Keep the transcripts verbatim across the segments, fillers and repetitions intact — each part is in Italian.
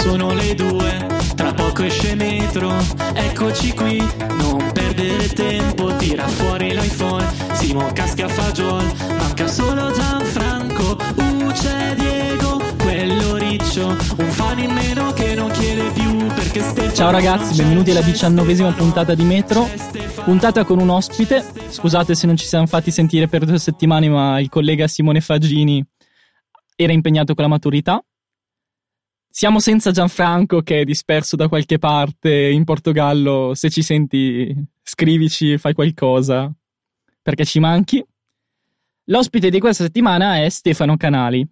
Sono le due, tra poco esce metro, eccoci qui, non perdere tempo, tira fuori l'iPhone, Simo casca fagiol, manca solo Gianfranco, uh c'è Diego, quello riccio, un fan in meno che non chiede più perché Stefano. Ciao ragazzi, benvenuti alla diciannovesima puntata di Metro, puntata con un ospite, scusate se non ci siamo fatti sentire per due settimane ma il collega Simone Fagini era impegnato con la maturità. Siamo senza Gianfranco che è disperso da qualche parte in Portogallo. Se ci senti, scrivici, fai qualcosa, perché ci manchi. L'ospite di questa settimana è Stefano Canali,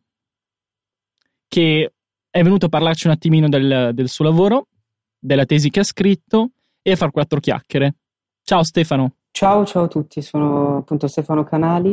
che è venuto a parlarci un attimino del, del suo lavoro, della tesi che ha scritto e a far quattro chiacchiere. Ciao Stefano. Ciao, ciao a tutti, sono appunto Stefano Canali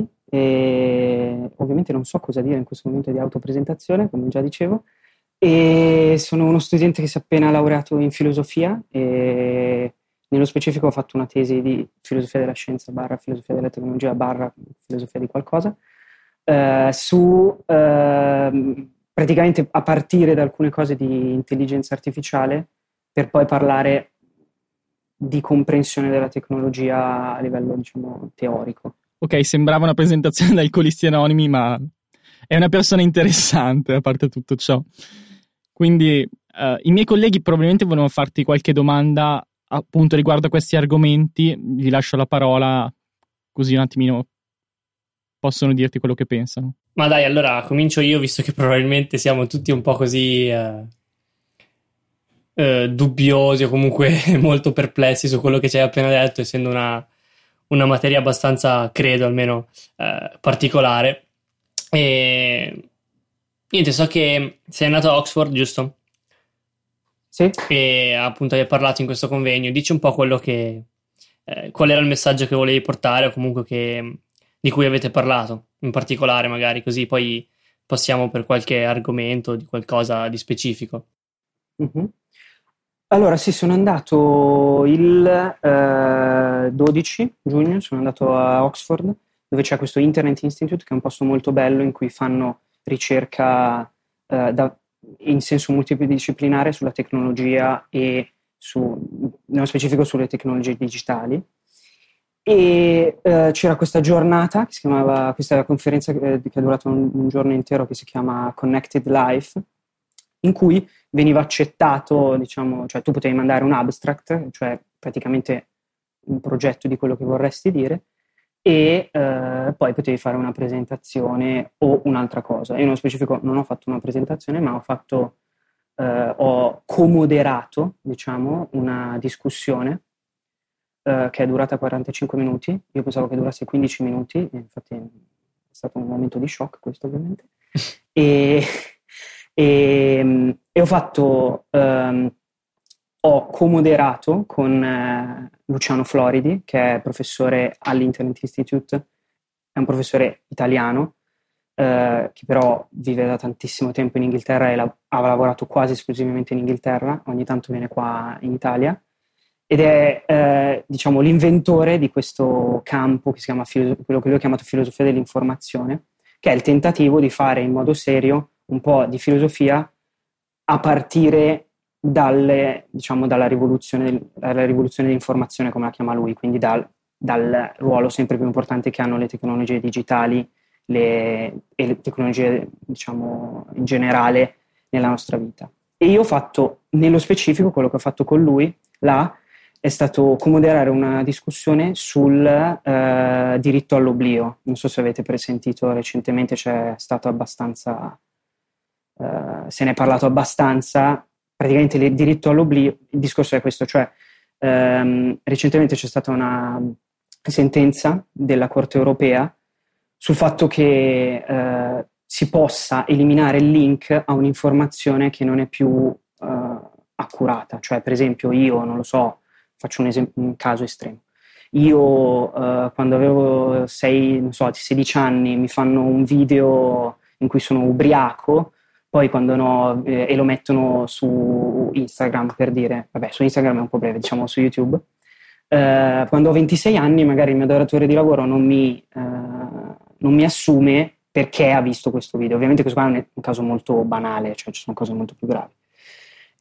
e ovviamente non so cosa dire in questo momento di autopresentazione, come già dicevo. E sono uno studente che si è appena laureato in filosofia e nello specifico ho fatto una tesi di filosofia della scienza barra filosofia della tecnologia barra filosofia di qualcosa eh, su eh, praticamente a partire da alcune cose di intelligenza artificiale per poi parlare di comprensione della tecnologia a livello diciamo teorico. Ok, sembrava una presentazione da Alcolisti Anonimi, ma è una persona interessante a parte tutto ciò. Quindi uh, i miei colleghi probabilmente volevano farti qualche domanda appunto riguardo a questi argomenti. Vi lascio la parola così un attimino possono dirti quello che pensano. Ma dai, allora comincio io, visto che probabilmente siamo tutti un po' così uh, uh, dubbiosi o comunque molto perplessi su quello che ci hai appena detto, essendo una, una materia abbastanza, credo almeno, uh, particolare. E niente, so che sei andato a Oxford, giusto? Sì. E appunto hai parlato in questo convegno. Dici un po' quello che eh, qual era il messaggio che volevi portare o comunque che, di cui avete parlato in particolare, magari così poi passiamo per qualche argomento di qualcosa di specifico. Mm-hmm. Allora sì, sono andato il eh, dodici giugno, sono andato a Oxford, dove c'è questo Internet Institute, che è un posto molto bello in cui fanno ricerca eh, da, in senso multidisciplinare sulla tecnologia e su, nello specifico sulle tecnologie digitali. E eh, c'era questa giornata che si chiamava, questa conferenza che, che è durata un, un giorno intero, che si chiama Connected Life, in cui veniva accettato, diciamo, cioè tu potevi mandare un abstract, cioè praticamente un progetto di quello che vorresti dire, e eh, poi potevi fare una presentazione o un'altra cosa. Io nello specifico non ho fatto una presentazione, ma ho fatto eh, ho comoderato, diciamo, una discussione eh, che è durata quarantacinque minuti. Io pensavo che durasse quindici minuti, e infatti è stato un momento di shock questo ovviamente. e, e, e ho fatto um, ho comoderato con eh, Luciano Floridi, che è professore all'Internet Institute, è un professore italiano, eh, che però vive da tantissimo tempo in Inghilterra e la- ha lavorato quasi esclusivamente in Inghilterra, ogni tanto viene qua in Italia, ed è eh, diciamo l'inventore di questo campo che si chiama filo- quello che lui ha chiamato filosofia dell'informazione, che è il tentativo di fare in modo serio un po' di filosofia a partire dalle, diciamo, dalla rivoluzione, dalla rivoluzione dell'informazione, come la chiama lui, quindi dal, dal ruolo sempre più importante che hanno le tecnologie digitali le, e le tecnologie, diciamo, in generale nella nostra vita. E io ho fatto, nello specifico, quello che ho fatto con lui là è stato comoderare una discussione sul eh, diritto all'oblio. Non so se avete presentito recentemente, c'è stato abbastanza eh, se ne è parlato abbastanza. Praticamente il diritto all'oblio, il discorso è questo, cioè ehm, recentemente c'è stata una sentenza della Corte Europea sul fatto che eh, si possa eliminare il link a un'informazione che non è più eh, accurata. Cioè, per esempio, io, non lo so, faccio un, esempio, un caso estremo. Io eh, quando avevo sei, non so, sedici anni mi fanno un video in cui sono ubriaco, poi quando no, eh, e lo mettono su Instagram, per dire, vabbè, su Instagram è un po' breve, diciamo su YouTube. Eh, quando ho ventisei anni magari il mio datore di lavoro non mi, eh, non mi assume perché ha visto questo video. Ovviamente questo qua è un caso molto banale, cioè ci sono cose molto più gravi.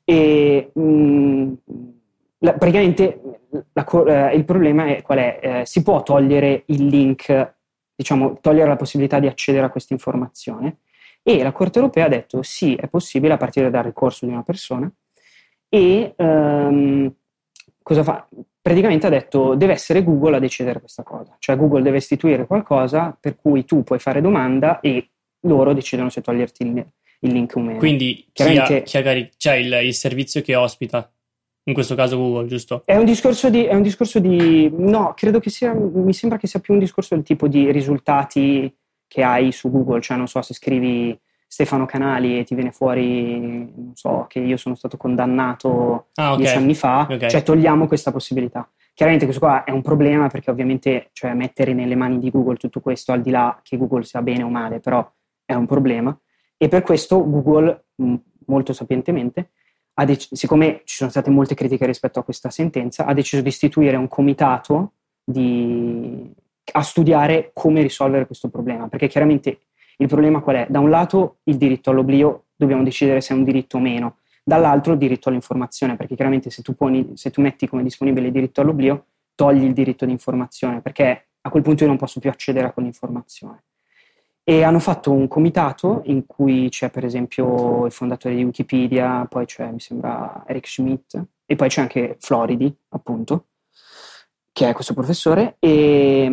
E mh, la, praticamente la, eh, il problema è qual è? Eh, si può togliere il link, diciamo, togliere la possibilità di accedere a questa informazione, e la Corte europea ha detto sì, è possibile a partire dal ricorso di una persona. E um, cosa fa? Praticamente ha detto deve essere Google a decidere questa cosa, cioè Google deve istituire qualcosa per cui tu puoi fare domanda e loro decidono se toglierti il, il link o meno. Quindi chi ha, chi ha cari- c'è il, il servizio che ospita, in questo caso Google, giusto? È un discorso di, è un discorso di no, credo che sia, mi sembra che sia più un discorso del tipo di risultati che hai su Google, cioè non so, se scrivi Stefano Canali e ti viene fuori, non so, che io sono stato condannato ah, okay. dieci anni fa, okay. Cioè togliamo questa possibilità. Chiaramente questo qua è un problema, perché ovviamente, cioè, mettere nelle mani di Google tutto questo, al di là che Google sia bene o male, però è un problema, e per questo Google, molto sapientemente, ha dec- siccome ci sono state molte critiche rispetto a questa sentenza, ha deciso di istituire un comitato di... a studiare come risolvere questo problema, perché chiaramente il problema qual è? Da un lato il diritto all'oblio, dobbiamo decidere se è un diritto o meno, dall'altro il diritto all'informazione, perché chiaramente se tu, poni, se tu metti come disponibile il diritto all'oblio, togli il diritto di informazione, perché a quel punto io non posso più accedere a quell'informazione. E hanno fatto un comitato in cui c'è per esempio il fondatore di Wikipedia, poi c'è, mi sembra, Eric Schmidt, e poi c'è anche Floridi, appunto, che è questo professore, e,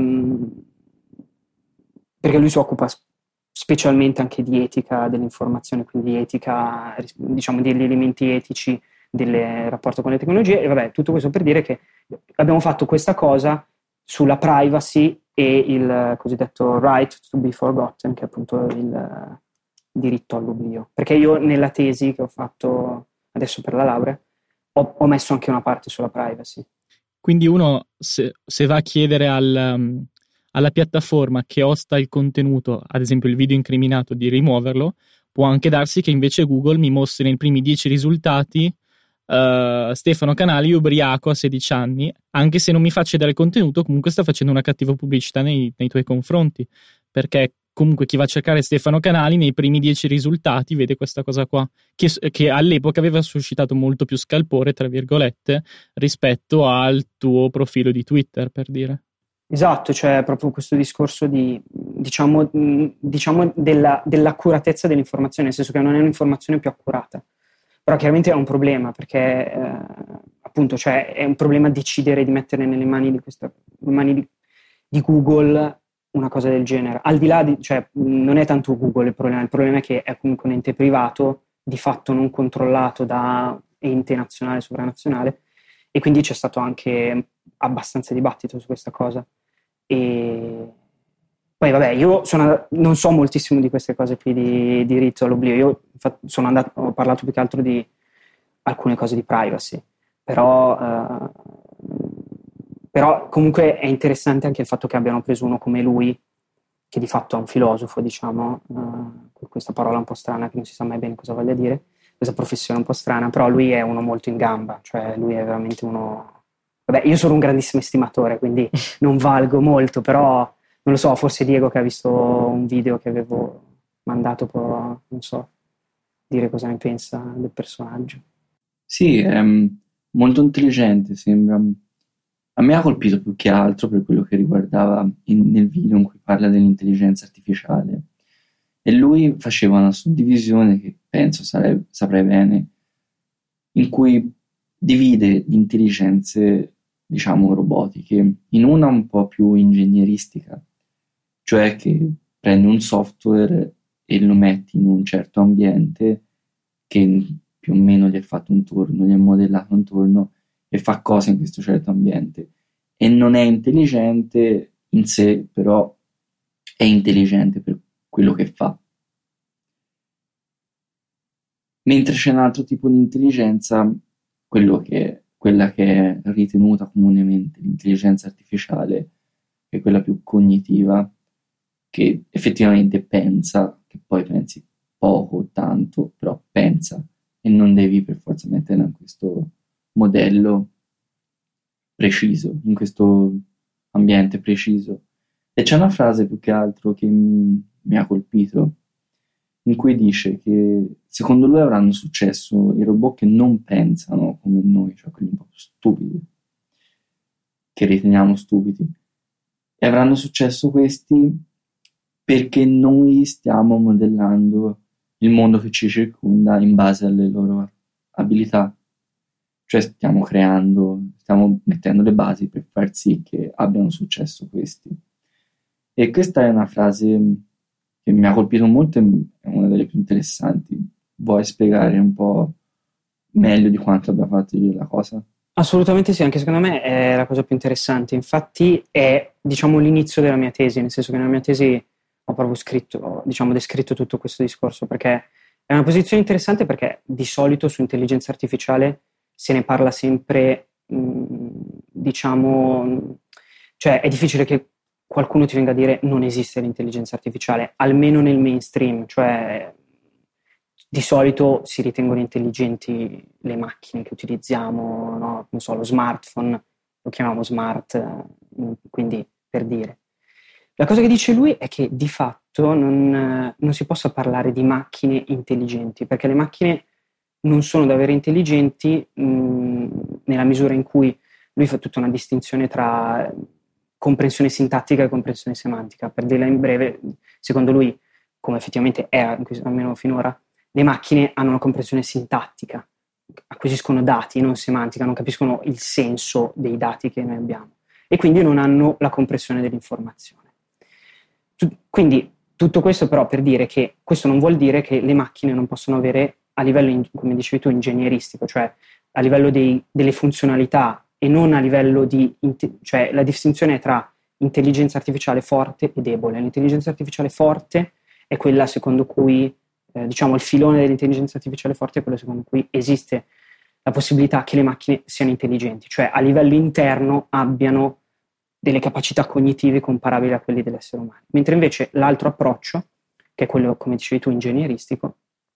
perché lui si occupa specialmente anche di etica dell'informazione, quindi etica, diciamo, degli elementi etici del rapporto con le tecnologie. E vabbè, tutto questo per dire che abbiamo fatto questa cosa sulla privacy e il cosiddetto right to be forgotten, che è appunto il diritto all'oblio. Perché io nella tesi che ho fatto adesso per la laurea ho, ho messo anche una parte sulla privacy. Quindi uno, se, se va a chiedere al, um, alla piattaforma che osta il contenuto, ad esempio il video incriminato, di rimuoverlo, può anche darsi che invece Google mi mostri nei primi dieci risultati uh, Stefano Canali ubriaco a sedici anni, anche se non mi fa accedere al contenuto, comunque sta facendo una cattiva pubblicità nei, nei tuoi confronti, perché comunque chi va a cercare Stefano Canali nei primi dieci risultati vede questa cosa qua, che, che all'epoca aveva suscitato molto più scalpore, tra virgolette, rispetto al tuo profilo di Twitter, per dire. Esatto, cioè proprio questo discorso di, diciamo, diciamo della, dell'accuratezza dell'informazione, nel senso che non è un'informazione più accurata. Però chiaramente è un problema, perché eh, appunto, cioè, è un problema decidere di mettere nelle mani di questa, mani di, di Google una cosa del genere. Al di là di, cioè, non è tanto Google il problema, il problema è che è comunque un ente privato, di fatto non controllato da ente nazionale, sovranazionale, e quindi c'è stato anche abbastanza dibattito su questa cosa. E poi vabbè, io sono, non so moltissimo di queste cose qui di diritto all'oblio, io infatti sono andato, ho parlato più che altro di alcune cose di privacy, però eh, però comunque è interessante anche il fatto che abbiano preso uno come lui, che di fatto è un filosofo, diciamo, uh, questa parola un po' strana che non si sa mai bene cosa voglia dire, questa professione un po' strana, però lui è uno molto in gamba, cioè lui è veramente uno... Vabbè, io sono un grandissimo estimatore, quindi non valgo molto, però non lo so, forse Diego che ha visto un video che avevo mandato può, non so, dire cosa ne pensa del personaggio. Sì, è molto intelligente, sembra... A me ha colpito più che altro per quello che riguardava in, nel video in cui parla dell'intelligenza artificiale, e lui faceva una suddivisione che penso sarei, saprei bene, in cui divide le intelligenze, diciamo, robotiche in una un po' più ingegneristica, cioè che prendi un software e lo metti in un certo ambiente che più o meno gli è fatto un turno, gli è modellato un turno e fa cose in questo certo ambiente, e non è intelligente in sé, però è intelligente per quello che fa. Mentre c'è un altro tipo di intelligenza, quello che, quella che è ritenuta comunemente l'intelligenza artificiale, che è quella più cognitiva, che effettivamente pensa, che poi pensi poco o tanto, però pensa, e non devi per forza mettere in questo modello preciso, in questo ambiente preciso. E c'è una frase più che altro che mi, mi ha colpito, in cui dice che secondo lui avranno successo i robot che non pensano come noi, cioè quelli un po' stupidi, che riteniamo stupidi, e avranno successo questi perché noi stiamo modellando il mondo che ci circonda in base alle loro abilità, cioè stiamo creando, stiamo mettendo le basi per far sì che abbiano successo questi. E questa è una frase che mi ha colpito molto e è una delle più interessanti. Vuoi spiegare un po' meglio di quanto abbia fatto io la cosa? Assolutamente sì, anche secondo me è la cosa più interessante. Infatti è, diciamo, l'inizio della mia tesi, nel senso che nella mia tesi ho proprio scritto, ho, diciamo, descritto tutto questo discorso, perché è una posizione interessante, perché di solito su intelligenza artificiale se ne parla sempre, mh, diciamo, cioè è difficile che qualcuno ti venga a dire non esiste l'intelligenza artificiale, almeno nel mainstream, cioè di solito si ritengono intelligenti le macchine che utilizziamo, no? Non so, lo smartphone lo chiamiamo smart, quindi per dire. La cosa che dice lui è che di fatto non, non si possa parlare di macchine intelligenti, perché le macchine non sono davvero intelligenti mh, nella misura in cui lui fa tutta una distinzione tra comprensione sintattica e comprensione semantica. Per dirla in breve, secondo lui, come effettivamente è, almeno finora, le macchine hanno una comprensione sintattica, acquisiscono dati, non semantica, non capiscono il senso dei dati che noi abbiamo e quindi non hanno la comprensione dell'informazione. Quindi tutto questo però per dire che questo non vuol dire che le macchine non possono avere a livello, come dicevi tu, ingegneristico, cioè a livello dei, delle funzionalità e non a livello di, cioè la distinzione è tra intelligenza artificiale forte e debole. L'intelligenza artificiale forte è quella secondo cui, eh, diciamo, il filone dell'intelligenza artificiale forte è quello secondo cui esiste la possibilità che le macchine siano intelligenti, cioè a livello interno abbiano delle capacità cognitive comparabili a quelli dell'essere umano. Mentre invece l'altro approccio, che è quello, come dicevi tu, ingegneristico,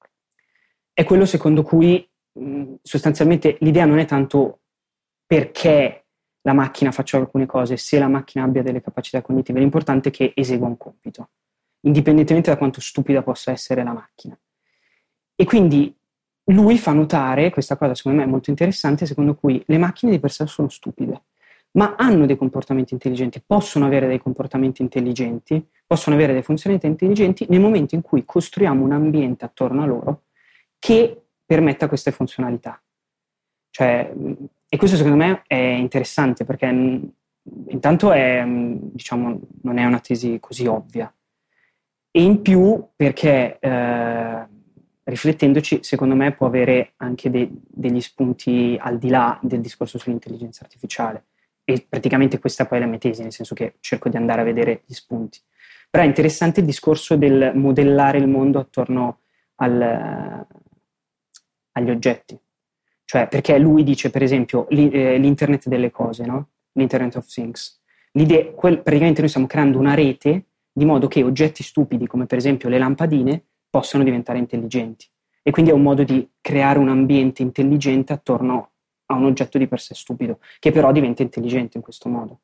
è quello secondo cui mh, sostanzialmente l'idea non è tanto perché la macchina faccia alcune cose, se la macchina abbia delle capacità cognitive, l'importante è che esegua un compito, indipendentemente da quanto stupida possa essere la macchina. E quindi lui fa notare, questa cosa secondo me è molto interessante, secondo cui le macchine di per sé sono stupide, ma hanno dei comportamenti intelligenti, possono avere dei comportamenti intelligenti, possono avere delle funzionalità intelligenti nel momento in cui costruiamo un ambiente attorno a loro che permetta queste funzionalità. Cioè, e questo secondo me è interessante perché intanto è, diciamo, non è una tesi così ovvia, e in più perché eh, riflettendoci secondo me può avere anche de- degli spunti al di là del discorso sull'intelligenza artificiale. E praticamente questa poi è la mia tesi, nel senso che cerco di andare a vedere gli spunti. Però è interessante il discorso del modellare il mondo attorno al, agli oggetti. Cioè, perché lui dice, per esempio, l'internet delle cose, no? L'internet of things. L'idea, quel, praticamente noi stiamo creando una rete di modo che oggetti stupidi, come per esempio le lampadine, possano diventare intelligenti. E quindi è un modo di creare un ambiente intelligente attorno a un oggetto di per sé stupido, che però diventa intelligente in questo modo.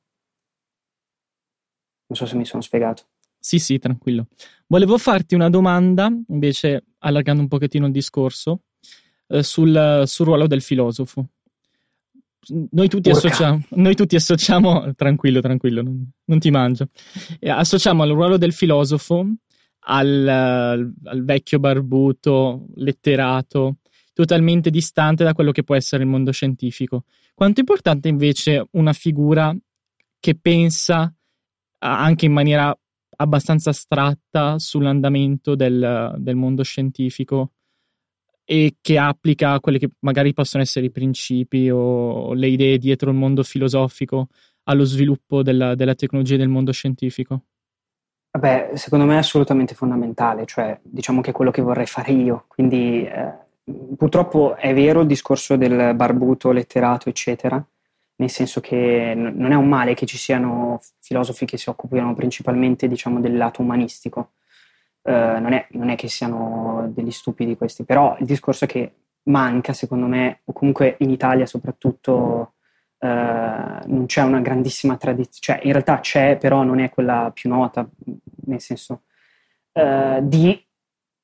Non so se mi sono spiegato. Sì, sì, tranquillo. Volevo farti una domanda, invece, allargando un pochettino il discorso, eh, sul, sul ruolo del filosofo. Noi tutti Urca. associamo, noi tutti associamo, tranquillo, tranquillo, non, non ti mangio, eh, associamo il ruolo del filosofo al, al vecchio barbuto, letterato, totalmente distante da quello che può essere il mondo scientifico. Quanto è importante invece una figura che pensa anche in maniera abbastanza astratta sull'andamento del, del mondo scientifico e che applica quelli che magari possono essere i principi o le idee dietro il mondo filosofico allo sviluppo della, della tecnologia e del mondo scientifico? Vabbè, secondo me è assolutamente fondamentale, cioè diciamo che è quello che vorrei fare io, quindi eh, purtroppo è vero il discorso del barbuto, letterato, eccetera, nel senso che n- non è un male che ci siano filosofi che si occupino principalmente, diciamo, del lato umanistico. Uh, non, è, non è che siano degli stupidi questi, però il discorso è che manca, secondo me, o comunque in Italia soprattutto, uh, non c'è una grandissima tradizione, cioè in realtà c'è, però non è quella più nota, nel senso uh, di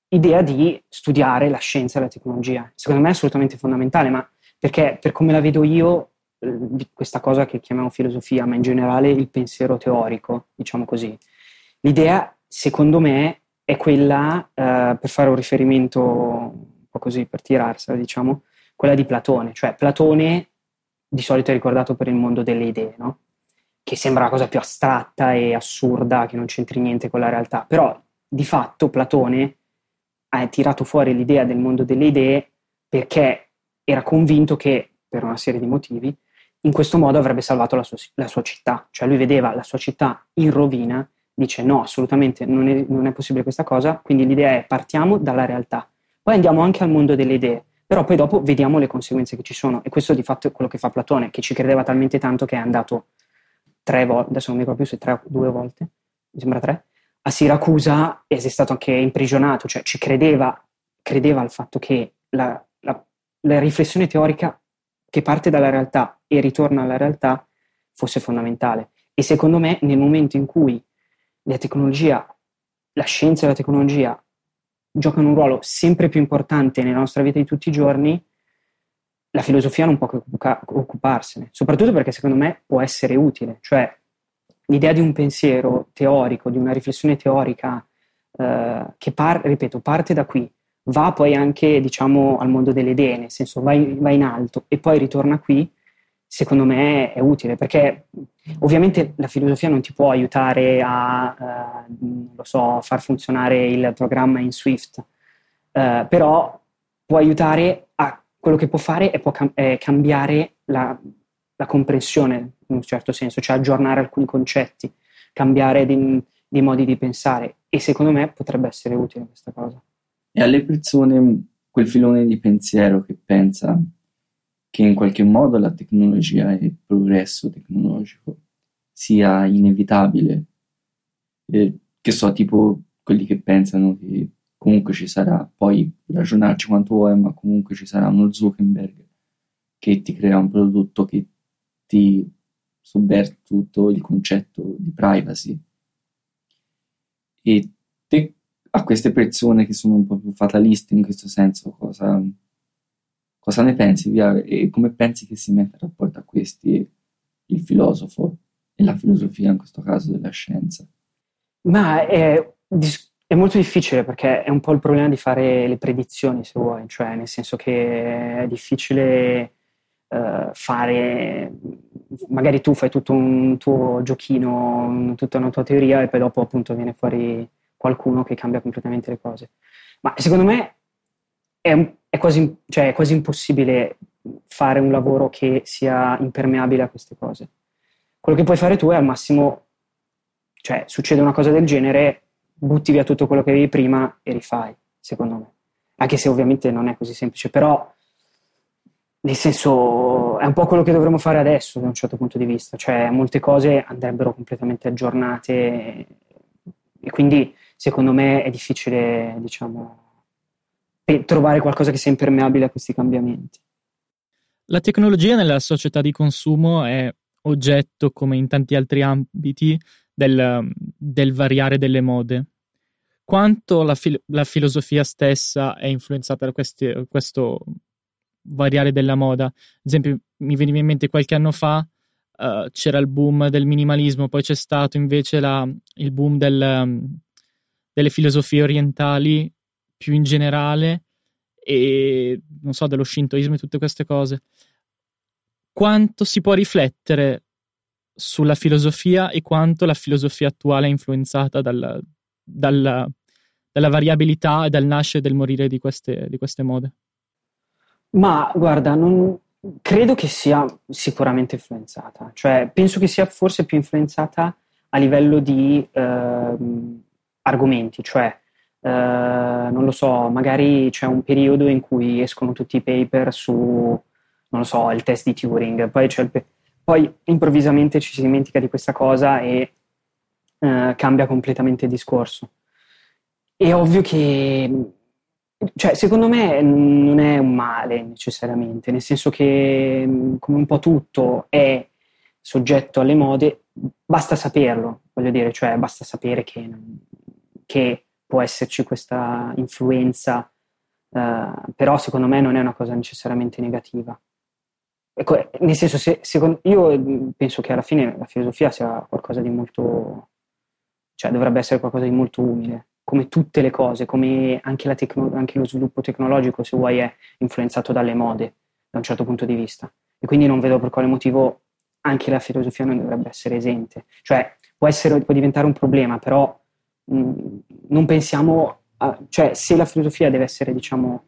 idea di studiare la scienza e la tecnologia. Secondo me è assolutamente fondamentale, ma perché per come la vedo io, di questa cosa che chiamiamo filosofia, ma in generale il pensiero teorico, diciamo così, l'idea secondo me è quella, eh, per fare un riferimento un po' così, per tirarsela, diciamo, quella di Platone. Cioè Platone di solito è ricordato per il mondo delle idee, no? Che sembra la cosa più astratta e assurda, che non c'entri niente con la realtà, però di fatto Platone ha tirato fuori l'idea del mondo delle idee perché era convinto che, per una serie di motivi, in questo modo avrebbe salvato la sua, la sua città. Cioè lui vedeva la sua città in rovina, dice no, assolutamente non è, non è possibile questa cosa, quindi l'idea è partiamo dalla realtà, poi andiamo anche al mondo delle idee, però poi dopo vediamo le conseguenze che ci sono, e questo di fatto è quello che fa Platone, che ci credeva talmente tanto che è andato tre volte, adesso non mi ricordo più se tre o due volte, mi sembra tre, a Siracusa, e è stato anche imprigionato, cioè ci credeva, credeva al fatto che la, la, la riflessione teorica che parte dalla realtà e ritorna alla realtà fosse fondamentale. E secondo me nel momento in cui la tecnologia, la scienza e la tecnologia giocano un ruolo sempre più importante nella nostra vita di tutti i giorni, la filosofia non può che occuparsene, soprattutto perché secondo me può essere utile. Cioè l'idea di un pensiero teorico, di una riflessione teorica eh, che par- ripeto, parte da qui, va poi anche, diciamo, al mondo delle idee, nel senso va in, va in alto e poi ritorna qui, secondo me è utile, perché ovviamente la filosofia non ti può aiutare a, eh, lo so, far funzionare il programma in Swift, eh, però può aiutare a, quello che può fare è, può cam- è cambiare la, la comprensione in un certo senso, cioè aggiornare alcuni concetti, cambiare dei, dei modi di pensare, e secondo me potrebbe essere utile questa cosa. E alle persone quel filone di pensiero che pensa che in qualche modo la tecnologia e il progresso tecnologico sia inevitabile, eh, che so, tipo quelli che pensano che comunque ci sarà, poi ragionarci quanto vuoi, ma comunque ci sarà uno Zuckerberg che ti crea un prodotto che ti sovverte tutto il concetto di privacy. E te, a queste persone che sono un po' più fataliste in questo senso, cosa, cosa ne pensi, via? E come pensi che si metta in rapporto a questi il filosofo e la filosofia, in questo caso della scienza? Ma è, è molto difficile, perché è un po' il problema di fare le predizioni, se vuoi, cioè nel senso che è difficile uh, fare, magari tu fai tutto un tuo giochino, tutta una tua teoria, e poi dopo appunto viene fuori qualcuno che cambia completamente le cose. Ma secondo me è, è, quasi, cioè, è quasi impossibile fare un lavoro che sia impermeabile a queste cose. Quello che puoi fare tu è al massimo, cioè succede una cosa del genere, butti via tutto quello che avevi prima e rifai, secondo me. Anche se ovviamente non è così semplice, però nel senso è un po' quello che dovremmo fare adesso da un certo punto di vista, cioè molte cose andrebbero completamente aggiornate e, e quindi secondo me è difficile, diciamo, trovare qualcosa che sia impermeabile a questi cambiamenti. La tecnologia nella società di consumo è oggetto, come in tanti altri ambiti, del, del variare delle mode. Quanto la, fil- la filosofia stessa è influenzata da questi, questo variare della moda? Ad esempio, mi veniva in mente qualche anno fa uh, c'era il boom del minimalismo, poi c'è stato invece la, il boom del, um, delle filosofie orientali più in generale, e non so, dello shintoismo e tutte queste cose. Quanto si può riflettere sulla filosofia e quanto la filosofia attuale è influenzata dal, dalla, dalla variabilità e dal nascere e del morire di queste, di queste mode? Ma guarda, non, credo che sia sicuramente influenzata, cioè penso che sia forse più influenzata a livello di eh, argomenti, cioè eh, non lo so, magari c'è un periodo in cui escono tutti i paper su, non lo so, il test di Turing, poi c'è il pe- poi improvvisamente ci si dimentica di questa cosa e eh, cambia completamente il discorso. È ovvio che, cioè, secondo me non è un male necessariamente, nel senso che come un po' tutto è soggetto alle mode, basta saperlo, voglio dire, cioè basta sapere che, che può esserci questa influenza, eh, però secondo me non è una cosa necessariamente negativa. Ecco, nel senso, se, secondo, io penso che alla fine la filosofia sia qualcosa di molto, cioè dovrebbe essere qualcosa di molto umile, come tutte le cose, come anche, la tecno, anche lo sviluppo tecnologico, se vuoi, è influenzato dalle mode da un certo punto di vista, e quindi non vedo per quale motivo anche la filosofia non dovrebbe essere esente. Cioè può, essere, può diventare un problema, però mh, non pensiamo a, cioè se la filosofia deve essere, diciamo,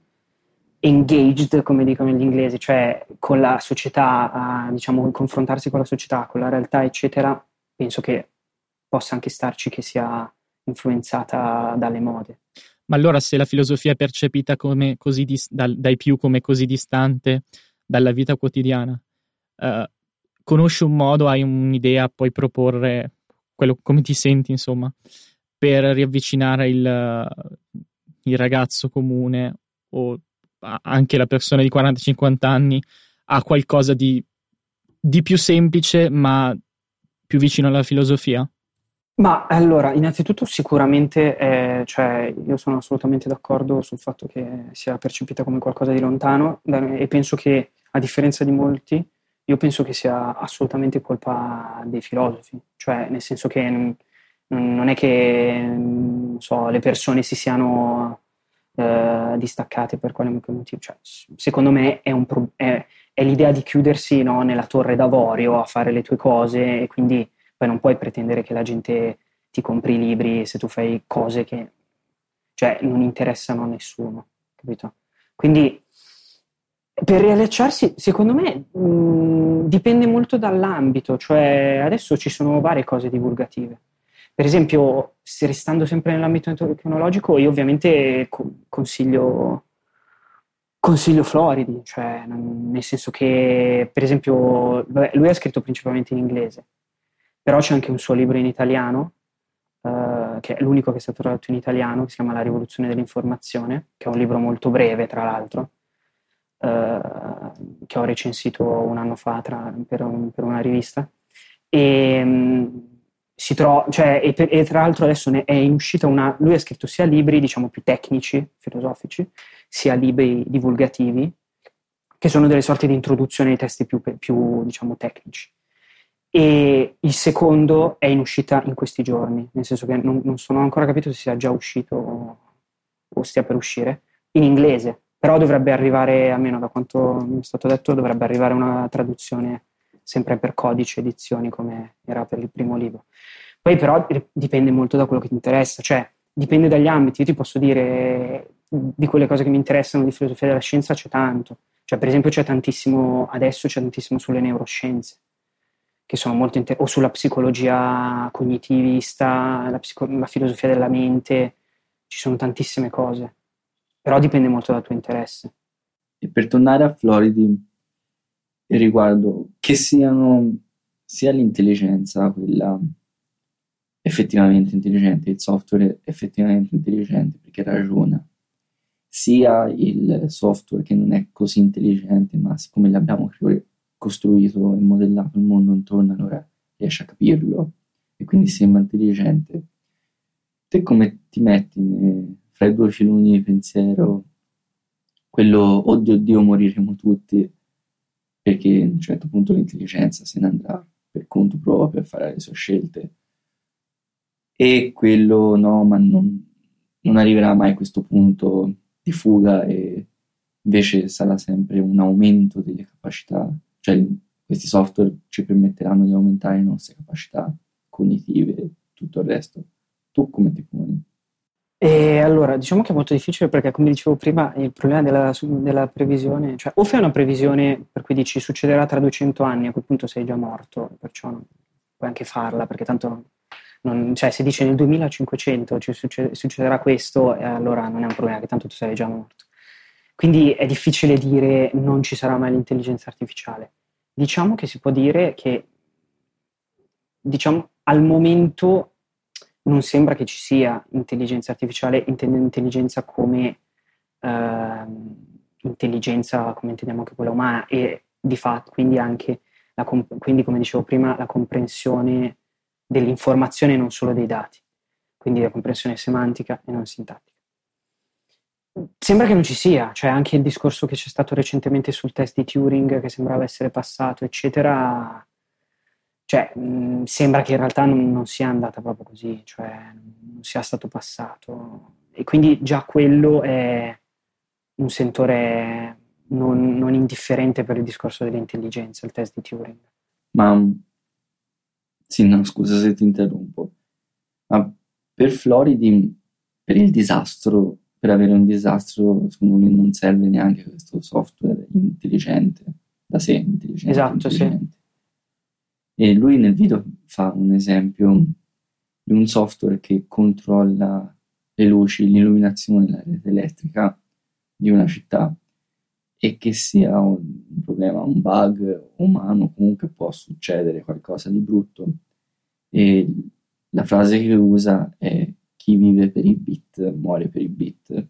engaged, come dicono gli inglesi, cioè con la società, a, diciamo, confrontarsi con la società, con la realtà, eccetera, penso che possa anche starci che sia influenzata dalle mode. Ma allora, se la filosofia è percepita come così dis- dal, dai più come così distante dalla vita quotidiana, uh, conosci un modo, hai un'idea, puoi proporre quello, come ti senti, insomma, per riavvicinare il, il ragazzo comune o anche la persona di quaranta cinquanta anni a qualcosa di, di più semplice ma più vicino alla filosofia? Ma allora, innanzitutto sicuramente, eh, cioè, io sono assolutamente d'accordo sul fatto che sia percepita come qualcosa di lontano, e penso che, a differenza di molti, io penso che sia assolutamente colpa dei filosofi, cioè nel senso che non, non è che, non so, le persone si siano eh, distaccate per quale motivo, cioè, secondo me è, un pro- è, è l'idea di chiudersi, no, nella torre d'avorio a fare le tue cose, e quindi poi non puoi pretendere che la gente ti compri i libri se tu fai cose che, cioè, non interessano a nessuno, capito? Quindi per riallacciarsi, secondo me, mh, dipende molto dall'ambito, cioè adesso ci sono varie cose divulgative. Per esempio, se restando sempre nell'ambito tecnologico, io ovviamente co- consiglio, consiglio Floridi, cioè nel senso che, per esempio, vabbè, lui ha scritto principalmente in inglese, però c'è anche un suo libro in italiano, uh, che è l'unico che è stato tradotto in italiano, che si chiama La rivoluzione dell'informazione, che è un libro molto breve, tra l'altro, uh, che ho recensito un anno fa tra, per, un, per una rivista. E, um, si trova, cioè, e, e tra l'altro adesso ne è in uscita una... Lui ha scritto sia libri, diciamo, più tecnici, filosofici, sia libri divulgativi, che sono delle sorte di introduzione ai testi più, più diciamo, tecnici. E il secondo è in uscita in questi giorni, nel senso che non, non sono ancora capito se sia già uscito o, o stia per uscire, in inglese, però dovrebbe arrivare, almeno da quanto mi è stato detto, dovrebbe arrivare una traduzione sempre per codice edizioni come era per il primo libro. Poi però dipende molto da quello che ti interessa, cioè dipende dagli ambiti. Io ti posso dire, di quelle cose che mi interessano di filosofia della scienza c'è tanto, cioè per esempio c'è tantissimo, adesso c'è tantissimo sulle neuroscienze, che sono molto inter- o sulla psicologia cognitivista, la, psico- la filosofia della mente, ci sono tantissime cose, però dipende molto dal tuo interesse. E per tornare a Floridi, riguardo che siano sia l'intelligenza, quella effettivamente intelligente, il software effettivamente intelligente perché ragiona, sia il software che non è così intelligente, ma siccome l'abbiamo costruito e modellato il mondo intorno, allora riesce a capirlo e quindi sembra intelligente. Te come ti metti ne, fra i due filoni di pensiero, quello oddio oddio moriremo tutti, perché a un certo punto l'intelligenza se ne andrà per conto proprio per fare le sue scelte, e quello no, ma non, non arriverà mai a questo punto di fuga e invece sarà sempre un aumento delle capacità, cioè questi software ci permetteranno di aumentare le nostre capacità cognitive e tutto il resto. Tu come ti poni? E allora, diciamo che è molto difficile perché, come dicevo prima, il problema della, della previsione, cioè o fai una previsione per cui dici succederà tra duecento anni, a quel punto sei già morto, perciò non puoi anche farla, perché tanto non, cioè se dici nel duemilacinquecento ci succede, succederà questo, e allora non è un problema, che tanto tu sei già morto. Quindi è difficile dire non ci sarà mai l'intelligenza artificiale. Diciamo che si può dire che, diciamo, al momento non sembra che ci sia intelligenza artificiale, intendendo intelligenza come eh, intelligenza, come intendiamo anche quella umana, e di fatto quindi anche, la comp- quindi come dicevo prima, la comprensione dell'informazione e non solo dei dati. quindi la comprensione semantica e non sintattica. Sembra che non ci sia, cioè anche il discorso che c'è stato recentemente sul test di Turing che sembrava essere passato, eccetera, cioè mh, sembra che in realtà non, non sia andata proprio così, cioè non sia stato passato, e quindi già quello è un sentore non, non indifferente per il discorso dell'intelligenza, il test di Turing. Ma sì, no, scusa se ti interrompo, ma per Floridi, per il disastro, per avere un disastro, secondo lui non serve neanche questo software intelligente, da sé intelligente. Esatto, intelligente. Sì. E lui nel video fa un esempio di un software che controlla le luci, l'illuminazione, la rete elettrica di una città, e che sia un problema, un bug umano, comunque può succedere qualcosa di brutto. E la frase che usa è: chi vive per i bit muore per i bit.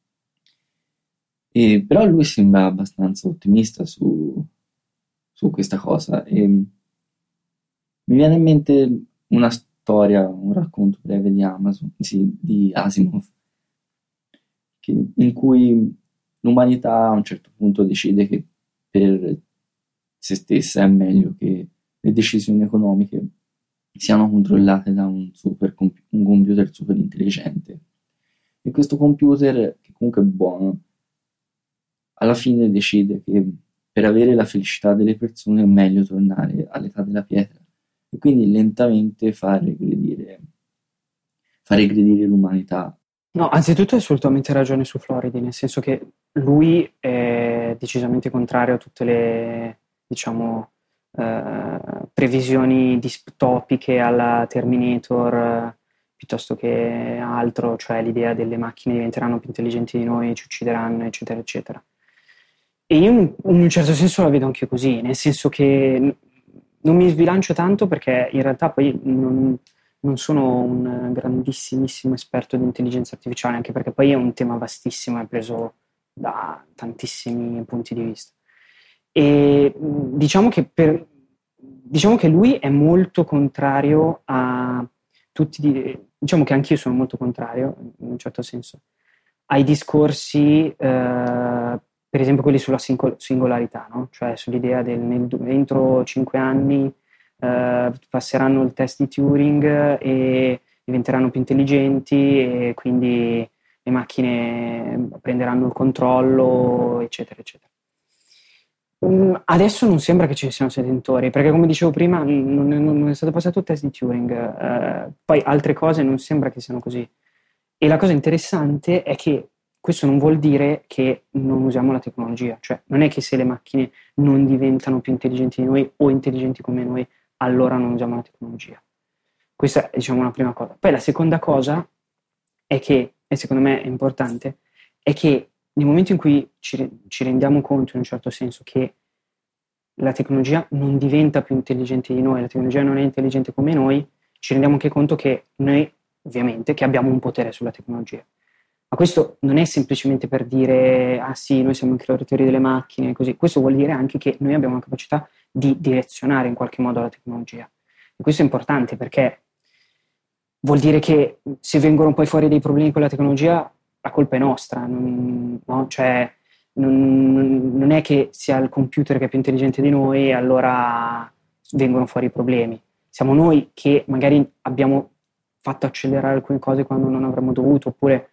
E però lui sembra abbastanza ottimista su, su questa cosa, e mi viene in mente una storia, un racconto breve di Amazon, sì, di Asimov, che, in cui l'umanità a un certo punto decide che per se stessa è meglio che le decisioni economiche siano controllate da un, super comp- un computer super intelligente. E questo computer, che comunque è buono, alla fine decide che per avere la felicità delle persone è meglio tornare all'età della pietra, e quindi lentamente far regredire, far regredire l'umanità. No, anzitutto hai assolutamente ragione su Floridi, nel senso che lui è decisamente contrario a tutte le, diciamo, eh, previsioni distopiche alla Terminator, eh, piuttosto che altro, cioè l'idea delle macchine diventeranno più intelligenti di noi, ci uccideranno, eccetera, eccetera. E io in un certo senso la vedo anche così, nel senso che non mi sbilancio tanto, perché in realtà poi non, non sono un grandissimissimo esperto di intelligenza artificiale, anche perché poi è un tema vastissimo, è preso da tantissimi punti di vista. E diciamo che, per, diciamo che lui è molto contrario a tutti, diciamo che anch'io sono molto contrario, in un certo senso, ai discorsi, eh, per esempio quelli sulla singolarità, no? Cioè sull'idea del nel, entro cinque anni eh, passeranno il test di Turing e diventeranno più intelligenti, e quindi le macchine prenderanno il controllo, eccetera, eccetera. Um, adesso non sembra che ci siano detentori, perché come dicevo prima non, non è stato passato il test di Turing, uh, poi altre cose non sembra che siano così. E la cosa interessante è che questo non vuol dire che non usiamo la tecnologia, cioè non è che se le macchine non diventano più intelligenti di noi o intelligenti come noi, allora non usiamo la tecnologia. Questa è, diciamo, una prima cosa. Poi la seconda cosa è che, e secondo me è importante, è che nel momento in cui ci, ci rendiamo conto, in un certo senso, che la tecnologia non diventa più intelligente di noi, la tecnologia non è intelligente come noi, ci rendiamo anche conto che noi, ovviamente, che abbiamo un potere sulla tecnologia. Ma questo non è semplicemente per dire, ah sì, noi siamo i creatori delle macchine, così. Questo vuol dire anche che noi abbiamo la capacità di direzionare in qualche modo la tecnologia. E questo è importante, perché vuol dire che se vengono poi fuori dei problemi con la tecnologia, la colpa è nostra, non, no? Cioè, non, non è che sia il computer che è più intelligente di noi e allora vengono fuori i problemi. Siamo noi che magari abbiamo fatto accelerare alcune cose quando non avremmo dovuto, oppure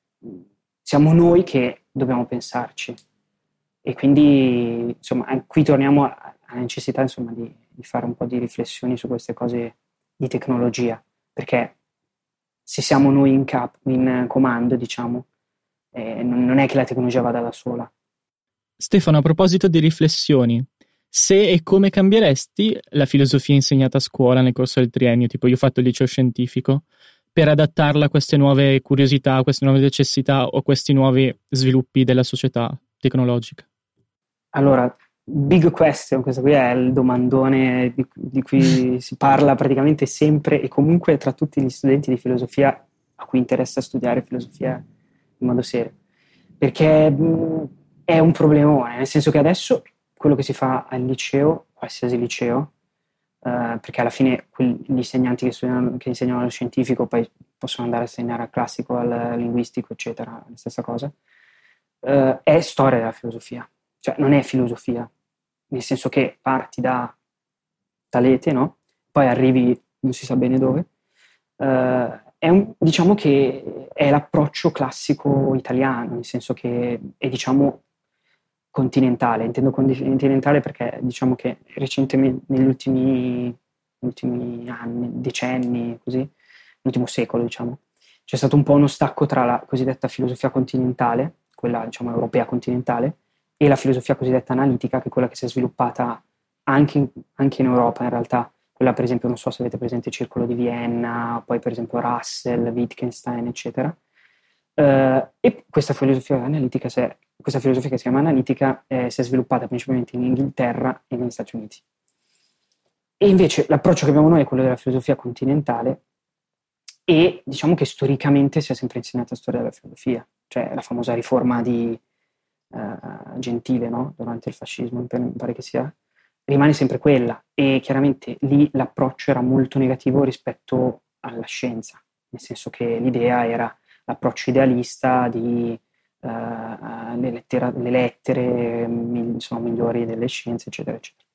siamo noi che dobbiamo pensarci. E quindi, insomma, qui torniamo alla necessità, insomma, di, di fare un po' di riflessioni su queste cose di tecnologia, perché se siamo noi in capo, in comando, diciamo, eh, non è che la tecnologia vada da sola. Stefano, a proposito di riflessioni, se e come cambieresti la filosofia insegnata a scuola nel corso del triennio, tipo io ho fatto il liceo scientifico, per adattarla a queste nuove curiosità, a queste nuove necessità o a questi nuovi sviluppi della società tecnologica? Allora, big question, questo qui è il domandone di, di cui si parla praticamente sempre e comunque tra tutti gli studenti di filosofia a cui interessa studiare filosofia in modo serio, perché mh, è un problemone, nel senso che adesso quello che si fa al liceo, qualsiasi liceo, Uh, perché alla fine quegli insegnanti che, studiano, che insegnano lo scientifico poi possono andare a segnare al classico, al linguistico, eccetera, la stessa cosa, uh, è storia della filosofia, cioè non è filosofia, nel senso che parti da Talete, no? Poi arrivi non si sa bene dove. Uh, è un, diciamo che è l'approccio classico italiano, nel senso che è, diciamo, continentale. Intendo continentale perché diciamo che recentemente, negli ultimi, ultimi anni, decenni, così, l'ultimo secolo, diciamo, c'è stato un po' uno stacco tra la cosiddetta filosofia continentale, quella, diciamo, europea continentale, e la filosofia cosiddetta analitica, che è quella che si è sviluppata anche in, anche in Europa, in realtà. Quella, per esempio, non so se avete presente il Circolo di Vienna, poi per esempio Russell, Wittgenstein, eccetera. Uh, e questa filosofia analitica, si è, questa filosofia che si chiama analitica, eh, si è sviluppata principalmente in Inghilterra e negli Stati Uniti. E invece l'approccio che abbiamo noi è quello della filosofia continentale, e diciamo che storicamente si è sempre insegnata storia della filosofia, cioè la famosa riforma di uh, Gentile, no? Durante il fascismo, mi pare che sia, rimane sempre quella, e chiaramente lì l'approccio era molto negativo rispetto alla scienza, nel senso che l'idea era l'approccio idealista di uh, le, lettera, le lettere mi, sono migliori delle scienze, eccetera, eccetera.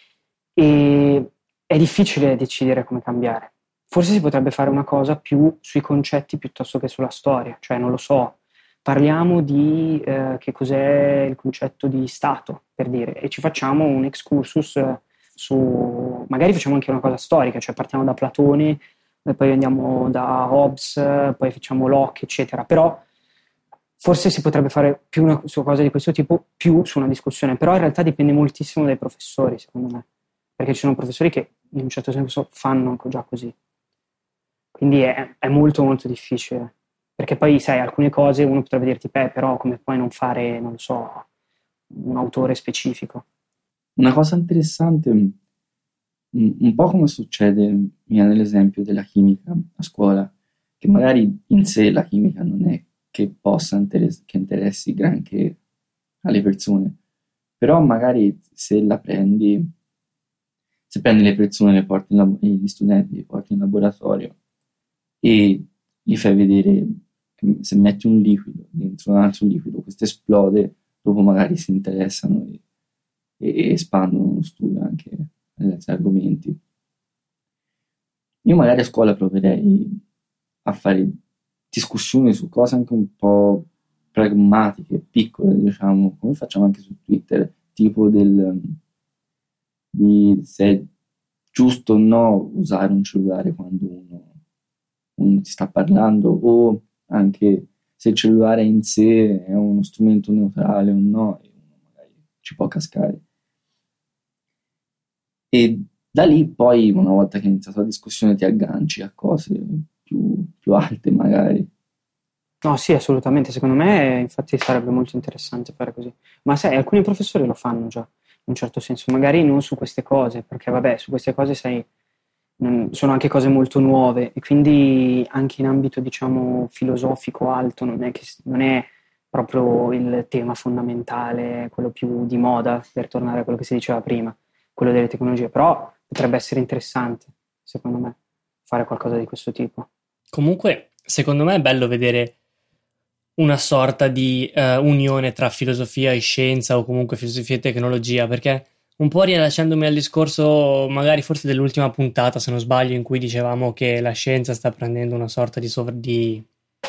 E è difficile decidere come cambiare. Forse si potrebbe fare una cosa più sui concetti piuttosto che sulla storia, cioè non lo so, parliamo di eh, che cos'è il concetto di Stato, per dire, e ci facciamo un excursus su, magari facciamo anche una cosa storica, cioè partiamo da Platone, poi andiamo da Hobbes, poi facciamo Locke, eccetera. Però forse si potrebbe fare più una cosa di questo tipo, più su una discussione, però in realtà dipende moltissimo dai professori, secondo me, perché ci sono professori che in un certo senso fanno già così, quindi è, è molto molto difficile. Perché poi, sai, alcune cose uno potrebbe dirti, beh, però come puoi non fare, non so, un autore specifico? Una cosa interessante, un po' come succede, mi viene l'esempio della chimica a scuola, che magari in sé la chimica non è che possa interess- che interessi granché alle persone, però magari se la prendi, se prendi le persone, le porti in lab- gli studenti, li porti in laboratorio e gli fai vedere, se metti un liquido dentro un altro liquido, questo esplode, dopo magari si interessano e, e espandono lo studio anche agli altri argomenti. Io magari a scuola proverei a fare discussioni su cose anche un po' pragmatiche, piccole, diciamo, come facciamo anche su Twitter, tipo del di se è giusto o no usare un cellulare quando uno, uno ti sta parlando, o anche se il cellulare in sé è uno strumento neutrale o no, e uno magari ci può cascare. E da lì poi, una volta che è iniziata la discussione, ti agganci a cose più, più alte magari. No, sì, assolutamente, secondo me infatti sarebbe molto interessante fare così. Ma sai, alcuni professori lo fanno già, in un certo senso, magari non su queste cose, perché vabbè, su queste cose sai, sono anche cose molto nuove, e quindi anche in ambito, diciamo, filosofico alto non è, che, non è proprio il tema fondamentale, quello più di moda, per tornare a quello che si diceva prima, quello delle tecnologie, però potrebbe essere interessante, secondo me, fare qualcosa di questo tipo. Comunque, secondo me è bello vedere una sorta di uh, unione tra filosofia e scienza, o comunque filosofia e tecnologia, perché un po' rilasciandomi al discorso magari forse dell'ultima puntata, se non sbaglio, in cui dicevamo che la scienza sta prendendo una sorta di, sovra- di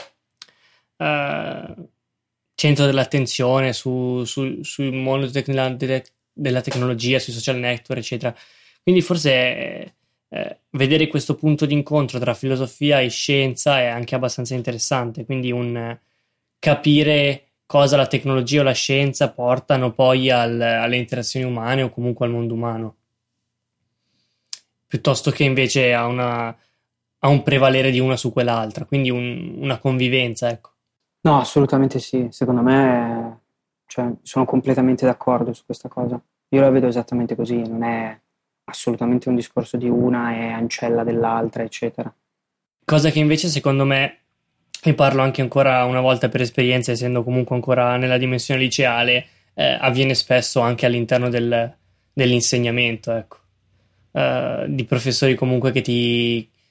uh, centro dell'attenzione su, su, sul mondo tecno- de- della tecnologia, sui social network, eccetera. Quindi forse eh, eh, vedere questo punto di incontro tra filosofia e scienza è anche abbastanza interessante, quindi un eh, capire cosa la tecnologia o la scienza portano poi al, alle interazioni umane o comunque al mondo umano, piuttosto che invece a, una, a un prevalere di una su quell'altra, quindi un, una convivenza, ecco. No, assolutamente sì, secondo me, cioè, sono completamente d'accordo su questa cosa. Io la vedo esattamente così, non è assolutamente un discorso di una è ancella dell'altra, eccetera. Cosa che invece secondo me, e parlo anche ancora una volta per esperienza, essendo comunque ancora nella dimensione liceale, eh, avviene spesso anche all'interno del, dell'insegnamento, ecco. Uh, di professori comunque che ti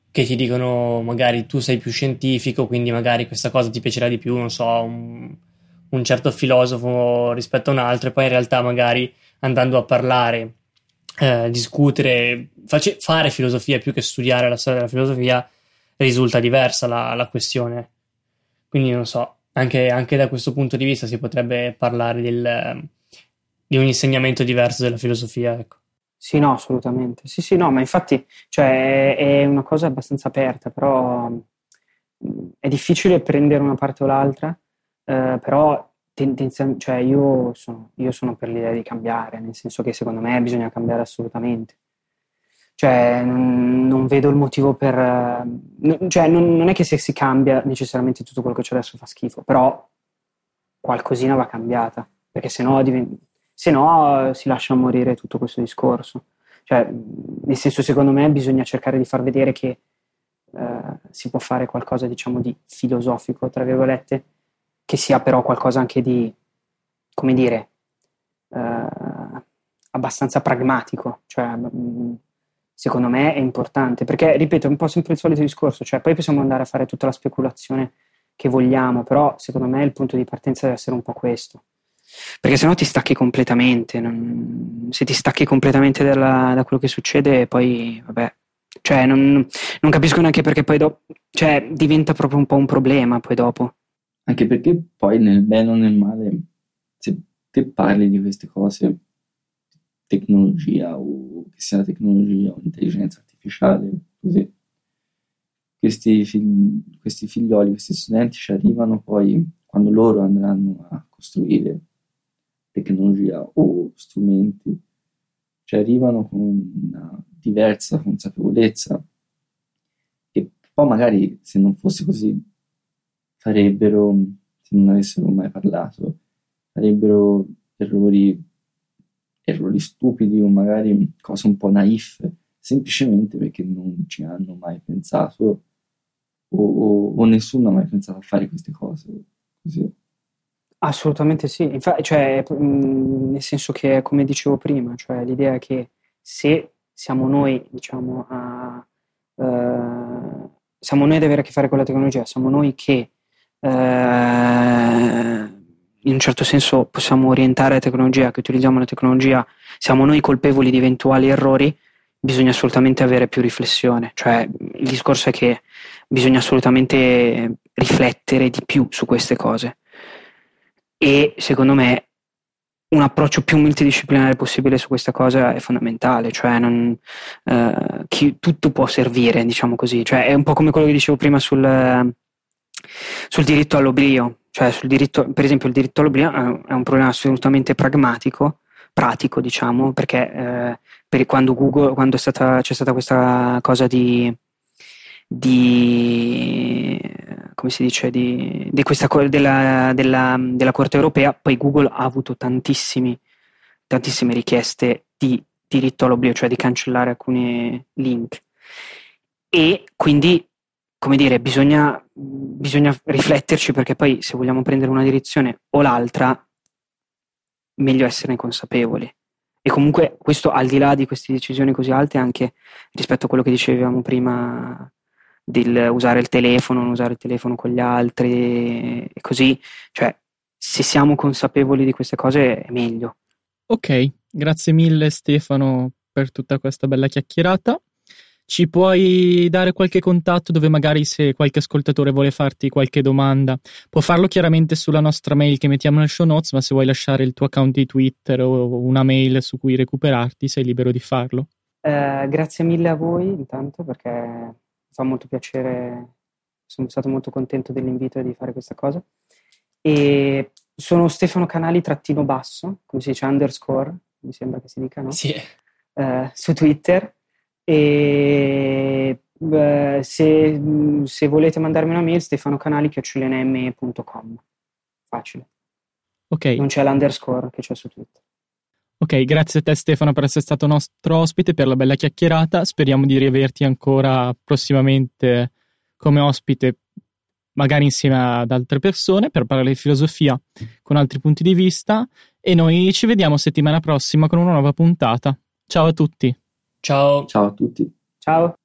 che ti dicono magari tu sei più scientifico, quindi magari questa cosa ti piacerà di più, non so, un, un certo filosofo rispetto a un altro, e poi in realtà magari andando a parlare, eh, discutere, face, fare filosofia più che studiare la storia della filosofia, risulta diversa la, la questione. Quindi non so, anche, anche da questo punto di vista si potrebbe parlare del, di un insegnamento diverso della filosofia, ecco. Sì, no, assolutamente. Sì, sì, no, ma infatti, cioè, è una cosa abbastanza aperta, però mh, è difficile prendere una parte o l'altra, eh, però tendenzial- cioè, io sono, io sono per l'idea di cambiare, nel senso che secondo me bisogna cambiare assolutamente. Cioè, non, non vedo il motivo per... eh, n- cioè, non, non è che se si cambia necessariamente tutto quello che c'è adesso fa schifo, però qualcosina va cambiata, perché sennò diventa... Se no si lascia morire tutto questo discorso. Cioè, nel senso, secondo me bisogna cercare di far vedere che eh, si può fare qualcosa, diciamo, di filosofico, tra virgolette, che sia però qualcosa anche di, come dire, eh, abbastanza pragmatico. Cioè, secondo me è importante, perché, ripeto, è un po' sempre il solito discorso, cioè poi possiamo andare a fare tutta la speculazione che vogliamo, però secondo me il punto di partenza deve essere un po' questo. Perché sennò ti stacchi completamente, non... se ti stacchi completamente dalla, da quello che succede, poi vabbè, cioè non, non capisco neanche perché poi dopo, cioè diventa proprio un po' un problema poi dopo. Anche perché poi nel bene o nel male, se te parli di queste cose, tecnologia o che sia la tecnologia o intelligenza artificiale, così, questi, figli, questi figlioli, questi studenti ci arrivano poi quando loro andranno a costruire tecnologia o strumenti, ci arrivano con una diversa consapevolezza e poi magari se non fosse così farebbero, se non avessero mai parlato, farebbero errori errori stupidi o magari cose un po' naif, semplicemente perché non ci hanno mai pensato o, o, o nessuno ha mai pensato a fare queste cose così. Assolutamente sì, infatti, cioè, mh, nel senso che, come dicevo prima, cioè l'idea è che se siamo noi, diciamo, a, eh, siamo noi ad avere a che fare con la tecnologia, siamo noi che eh, in un certo senso possiamo orientare la tecnologia, che utilizziamo la tecnologia, siamo noi colpevoli di eventuali errori, bisogna assolutamente avere più riflessione. Cioè, il discorso è che bisogna assolutamente riflettere di più su queste cose. E secondo me un approccio più multidisciplinare possibile su questa cosa è fondamentale, cioè non, eh, chi, tutto può servire, diciamo così, cioè è un po' come quello che dicevo prima sul, sul diritto all'oblio, cioè sul diritto, per esempio il diritto all'oblio è un problema assolutamente pragmatico, pratico diciamo, perché eh, per quando Google, quando è stata, c'è stata questa cosa di di come si dice di, di questa della, della, della Corte Europea, poi Google ha avuto tantissimi tantissime richieste di diritto all'oblio, cioè di cancellare alcuni link, e quindi, come dire, bisogna bisogna rifletterci, perché poi se vogliamo prendere una direzione o l'altra meglio esserne consapevoli. E comunque questo, al di là di queste decisioni così alte, anche rispetto a quello che dicevamo prima del usare il telefono, non usare il telefono con gli altri e così, cioè se siamo consapevoli di queste cose è meglio. Ok, grazie mille Stefano per tutta questa bella chiacchierata. Ci puoi dare qualche contatto dove magari, se qualche ascoltatore vuole farti qualche domanda, può farlo chiaramente sulla nostra mail che mettiamo nel show notes, ma se vuoi lasciare il tuo account di Twitter o una mail su cui recuperarti, sei libero di farlo. Eh, grazie mille a voi intanto, perché fa molto piacere, sono stato molto contento dell'invito di fare questa cosa. E sono Stefano Canali trattino basso, come si dice, underscore, mi sembra che si dica, no? Sì. Eh, su Twitter. E eh, se, se volete mandarmi una mail, stefanocanali chiocciola n m punto com, facile. Ok. Non c'è l'underscore che c'è su Twitter. Ok, grazie a te Stefano per essere stato nostro ospite, per la bella chiacchierata. Speriamo di riaverti ancora prossimamente come ospite, magari insieme ad altre persone, per parlare di filosofia con altri punti di vista, e noi ci vediamo settimana prossima con una nuova puntata. Ciao a tutti. Ciao. Ciao a tutti. Ciao.